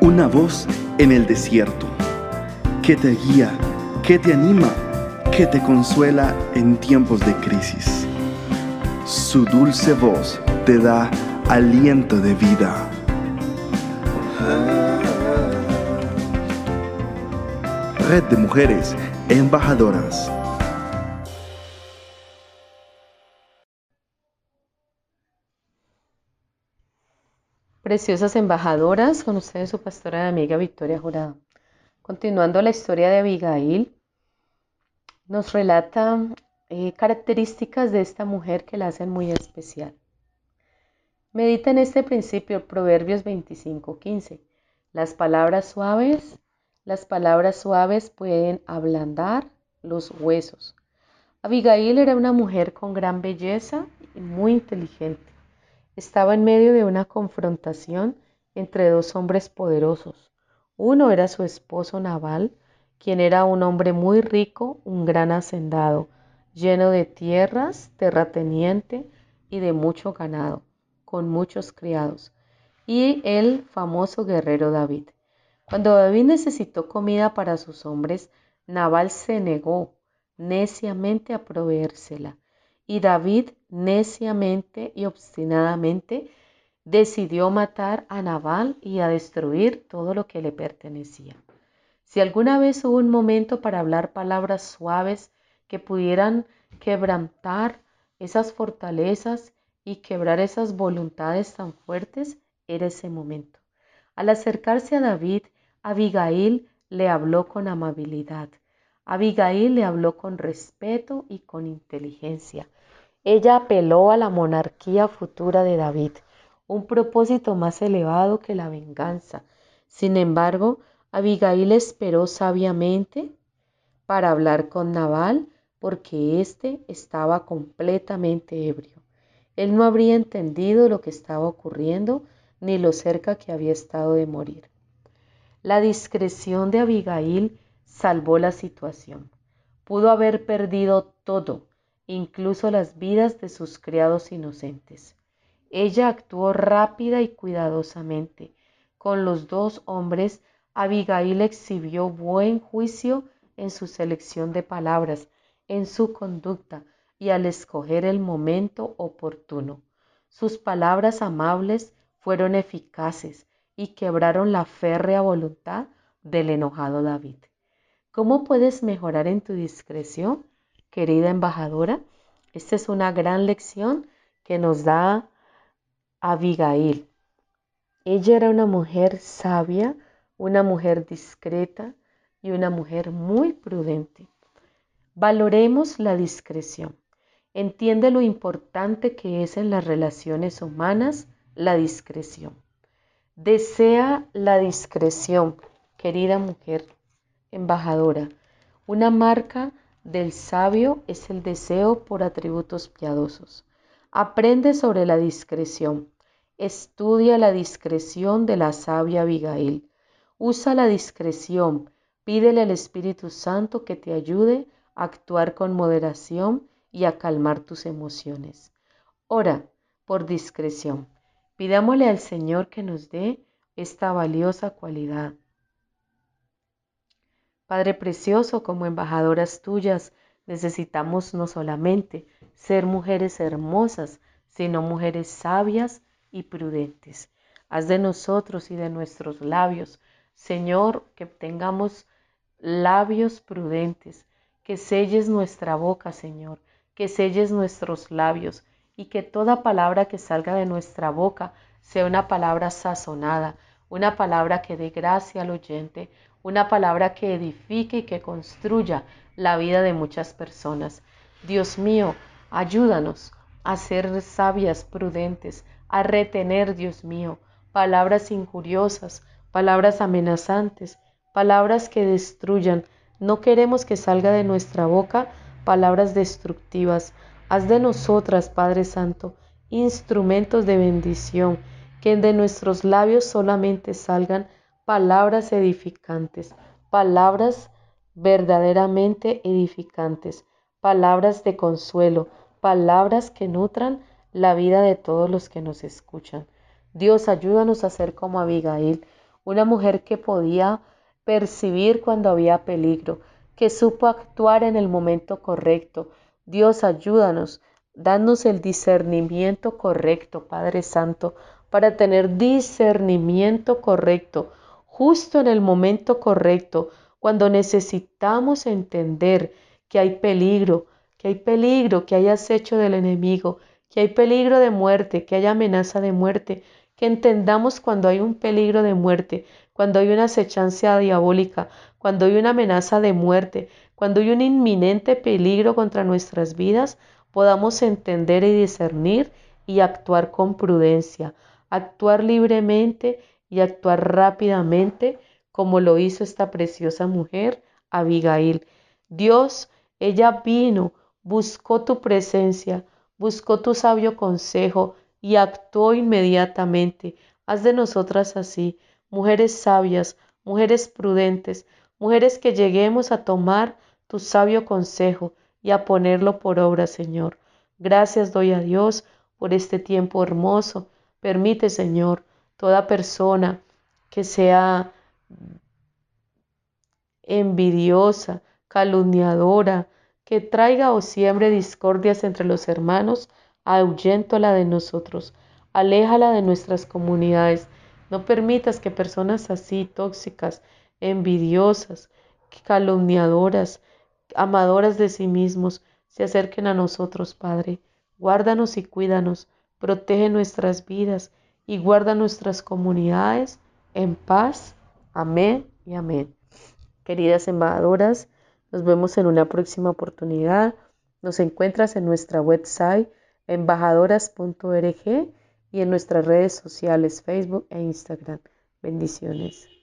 Una voz en el desierto que te guía, que te anima, que te consuela en tiempos de crisis. Su dulce voz te da aliento de vida. Red de Mujeres Embajadoras. Preciosas embajadoras, con ustedes su pastora y amiga Victoria Jurado. Continuando la historia de Abigail, nos relata características de esta mujer que la hacen muy especial. Medita en este principio, Proverbios 25:15. Las palabras suaves pueden ablandar los huesos. Abigail era una mujer con gran belleza y muy inteligente. Estaba en medio de una confrontación entre dos hombres poderosos. Uno era su esposo Nabal, quien era un hombre muy rico, un gran hacendado, lleno de tierras, terrateniente y de mucho ganado, con muchos criados, y el famoso guerrero David. Cuando David necesitó comida para sus hombres, Nabal se negó neciamente a proveérsela. Y David neciamente y obstinadamente decidió matar a Nabal y a destruir todo lo que le pertenecía. Si alguna vez hubo un momento para hablar palabras suaves que pudieran quebrantar esas fortalezas y quebrar esas voluntades tan fuertes, era ese momento. Al acercarse a David, Abigail le habló con amabilidad. Abigail le habló con respeto y con inteligencia. Ella apeló a la monarquía futura de David, un propósito más elevado que la venganza. Sin embargo, Abigail esperó sabiamente para hablar con Nabal, porque éste estaba completamente ebrio. Él no habría entendido lo que estaba ocurriendo, ni lo cerca que había estado de morir. La discreción de Abigail salvó la situación. Pudo haber perdido todo, incluso las vidas de sus criados inocentes. Ella actuó rápida y cuidadosamente. Con los dos hombres, Abigail exhibió buen juicio en su selección de palabras, en su conducta y al escoger el momento oportuno. Sus palabras amables fueron eficaces y quebraron la férrea voluntad del enojado David. ¿Cómo puedes mejorar en tu discreción, querida embajadora? Esta es una gran lección que nos da Abigail. Ella era una mujer sabia, una mujer discreta y una mujer muy prudente. Valoremos la discreción. Entiende lo importante que es en las relaciones humanas la discreción. Desea la discreción, querida mujer embajadora. Una marca del sabio es el deseo por atributos piadosos. Aprende sobre la discreción. Estudia la discreción de la sabia Abigail. Usa la discreción. Pídele al Espíritu Santo que te ayude a actuar con moderación y a calmar tus emociones. Ora por discreción. Pidámosle al Señor que nos dé esta valiosa cualidad. Padre precioso, como embajadoras tuyas, necesitamos no solamente ser mujeres hermosas, sino mujeres sabias y prudentes. Haz de nosotros y de nuestros labios, Señor, que tengamos labios prudentes, que selles nuestra boca, Señor, que selles nuestros labios y que toda palabra que salga de nuestra boca sea una palabra sazonada, una palabra que dé gracia al oyente, una palabra que edifique y que construya la vida de muchas personas. Dios mío, ayúdanos a ser sabias, prudentes, a retener, Dios mío, palabras injuriosas, palabras amenazantes, palabras que destruyan. No queremos que salga de nuestra boca palabras destructivas. Haz de nosotras, Padre Santo, instrumentos de bendición, que de nuestros labios solamente salgan palabras edificantes, palabras verdaderamente edificantes, palabras de consuelo, palabras que nutran la vida de todos los que nos escuchan. Dios, ayúdanos a ser como Abigail, una mujer que podía percibir cuando había peligro, que supo actuar en el momento correcto. Dios, ayúdanos, danos el discernimiento correcto, Padre Santo, para tener discernimiento correcto, justo en el momento correcto, cuando necesitamos entender que hay peligro, que hay acecho del enemigo, que hay peligro de muerte, que hay amenaza de muerte, que entendamos cuando hay un peligro de muerte, cuando hay una acechanza diabólica, cuando hay una amenaza de muerte, cuando hay un inminente peligro contra nuestras vidas, podamos entender y discernir y actuar con prudencia, actuar libremente y actuar rápidamente, como lo hizo esta preciosa mujer, Abigail. Dios, ella vino, buscó tu presencia, buscó tu sabio consejo y actuó inmediatamente. Haz de nosotras así, mujeres sabias, mujeres prudentes, mujeres que lleguemos a tomar tu sabio consejo y a ponerlo por obra, Señor. Gracias doy a Dios por este tiempo hermoso. Permite, Señor, toda persona que sea envidiosa, calumniadora, que traiga o siembre discordias entre los hermanos, ahuyéntola de nosotros, aléjala de nuestras comunidades. No permitas que personas así, tóxicas, envidiosas, calumniadoras, amadoras de sí mismos, se acerquen a nosotros, Padre. Guárdanos y cuídanos, protege nuestras vidas y guarda nuestras comunidades en paz. Amén y amén. Queridas embajadoras, nos vemos en una próxima oportunidad. Nos encuentras en nuestra website embajadoras.org y en nuestras redes sociales Facebook e Instagram. Bendiciones.